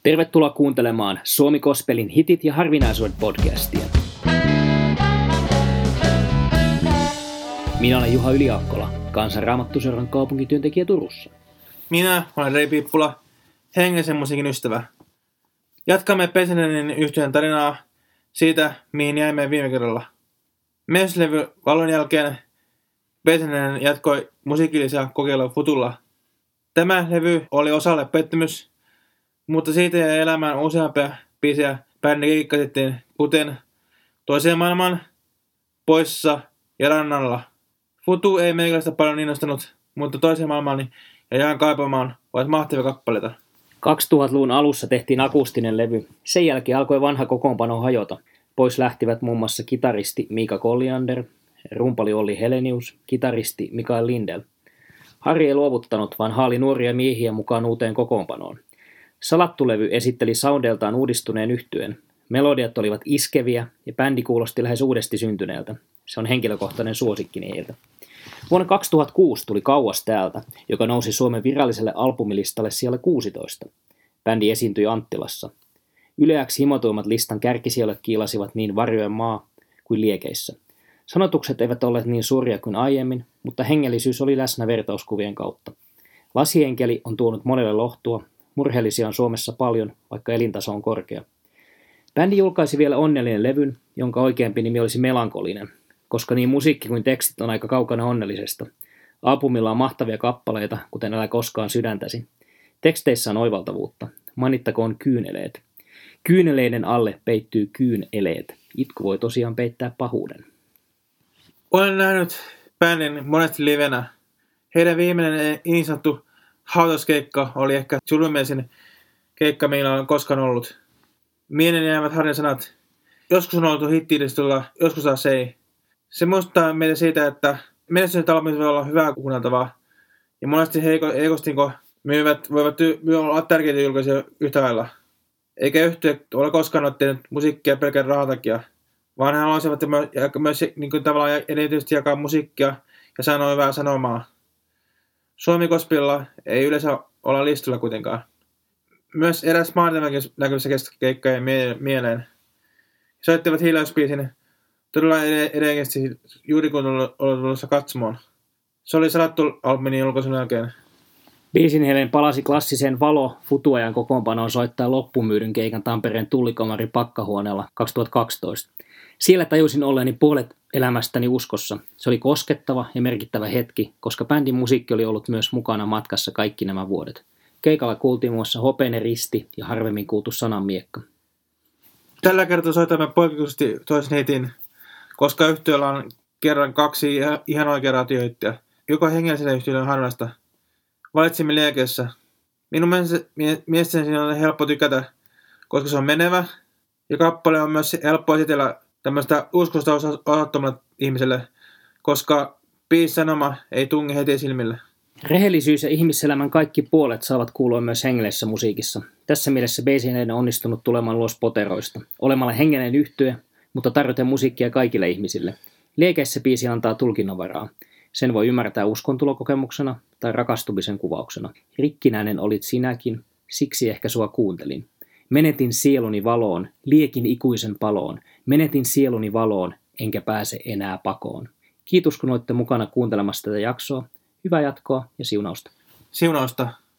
Tervetuloa kuuntelemaan Suomi Gospelin hitit ja harvinaisuudet podcastia. Minä olen Juha Yliaakkola, Kansanraamattuseuran kaupunkityöntekijä Turussa. Minä olen Rei Pippula, hengellisen musiikin ystävä. Jatkamme Pesenenin yhtyeen tarinaa siitä, mihin jäimme viime kerralla. Menestyslevy Valon jälkeen Pesenenen jatkoi musiikillisia kokeilua Futulla. Tämä levy oli osalle pettymys, mutta siitä jäi elämään useampia biisejä bändin keikkasettiin, kuten Toiseen maailman, Poissa ja Rannalla. Futu ei meikäläistä paljon innostanut, mutta Toiseen maailmaan ja Jään kaipaamaan ovat mahtavia kappaleita. 2000-luvun alussa tehtiin akustinen levy. Sen jälkeen alkoi vanha kokoonpano hajota. Pois lähtivät muun muassa kitaristi Mika Colliander, rumpali Olli Helenius, kitaristi Mikael Lindell. Harri ei luovuttanut, vaan haali nuoria miehiä mukaan uuteen kokoonpanoon. Salattu-levy esitteli soundeltaan uudistuneen yhtyeen. Melodiat olivat iskeviä ja bändi kuulosti lähes uudesti syntyneeltä. Se on henkilökohtainen suosikkini heiltä. Vuonna 2006 tuli Kauas täältä, joka nousi Suomen viralliselle albumilistalle sijalle 16. Bändi esiintyi Anttilassa. Yle X himotuimmat listan kärkisijoille kiilasivat niin Varjojen maa kuin Liekeissä. Sanotukset eivät olleet niin suuria kuin aiemmin, mutta hengellisyys oli läsnä vertauskuvien kautta. Lasienkeli on tuonut monelle lohtua, murheellisia on Suomessa paljon, vaikka elintaso on korkea. Bändi julkaisi vielä onnellinen levyn, jonka oikeampi nimi olisi Melankolinen, koska niin musiikki kuin tekstit on aika kaukana onnellisesta. Albumilla on mahtavia kappaleita, kuten Älä koskaan sydäntäsi. Teksteissä on oivaltavuutta. Mainittakoon kyyneleet. Kyyneleiden alle peittyy kyyneleet. Itku voi tosiaan peittää pahuuden. Olen nähnyt bändin monesti livenä. Heidän viimeinen niin sanottu hautauskeikka oli ehkä surullisin keikka, meillä on koskaan ollut. Mieleen jäävät Harrin sanat. Joskus on oltu hitti-listolla, joskus taas ei. Se muistuttaa meitä siitä, että menestyneet albumit voi olla hyvää kuunneltavaa. Ja monesti heikostinko myyvät voivat olla tärkeitä julkaisia yhtä lailla. Eikä yhtye ole koskaan ottanut musiikkia pelkän rahan takia, vaan he haluaisivat myös niin tavallaan erityisesti jakaa musiikkia ja sanoa hyvää sanomaa. Suomi Gospelilla ei yleensä olla listalla kuitenkaan. Myös eräs maanantaina keikka jäi mieleen. Soittivat hiljaisbiisin todella edellisesti juuri kun oli tulossa katsomaan. Se oli salattu albumin julkaisun jälkeen. Biisin Helen palasi klassiseen Futuajan kokoonpanoon soittaa loppumyydyn keikan Tampereen Tullikomari Pakkahuoneella 2012. Siellä tajusin olleeni puolet elämästäni uskossa. Se oli koskettava ja merkittävä hetki, koska bändin musiikki oli ollut myös mukana matkassa kaikki nämä vuodet. Keikalla kuultiin muassa Hopeinen risti ja harvemmin kuultu Sananmiekka. Tällä kertaa soitamme poikkeuksellisesti toisen hitin, koska yhtiöllä on kerran kaksi ihan oikea radioyhtiöä. Joka hengellisellä yhtiöllä on harvinaista. Valitsimme Liekeissä. Minun mielestäni siinä on helppo tykätä, koska se on menevä. Ja kappale on myös helppo esitellä tämmöistä uskosta osattomalle ihmiselle, koska biisanoma ei tunge heti silmille. Rehellisyys ja ihmiselämän kaikki puolet saavat kuulua myös hengellisessä musiikissa. Tässä mielessä Pesenenen on onnistunut tulemaan ulos poteroista, olemalla hengellinen yhtye, mutta tarjoten musiikkia kaikille ihmisille. Liekeissä biisi antaa tulkinnanvaraa. Sen voi ymmärtää uskontulokokemuksena tai rakastumisen kuvauksena. Rikkinäinen olit sinäkin, siksi ehkä sua kuuntelin. Menetin sieluni valoon, liekin ikuisen paloon. Menetin sieluni valoon, enkä pääse enää pakoon. Kiitos kun olitte mukana kuuntelemassa tätä jaksoa. Hyvää jatkoa ja siunausta. Siunausta.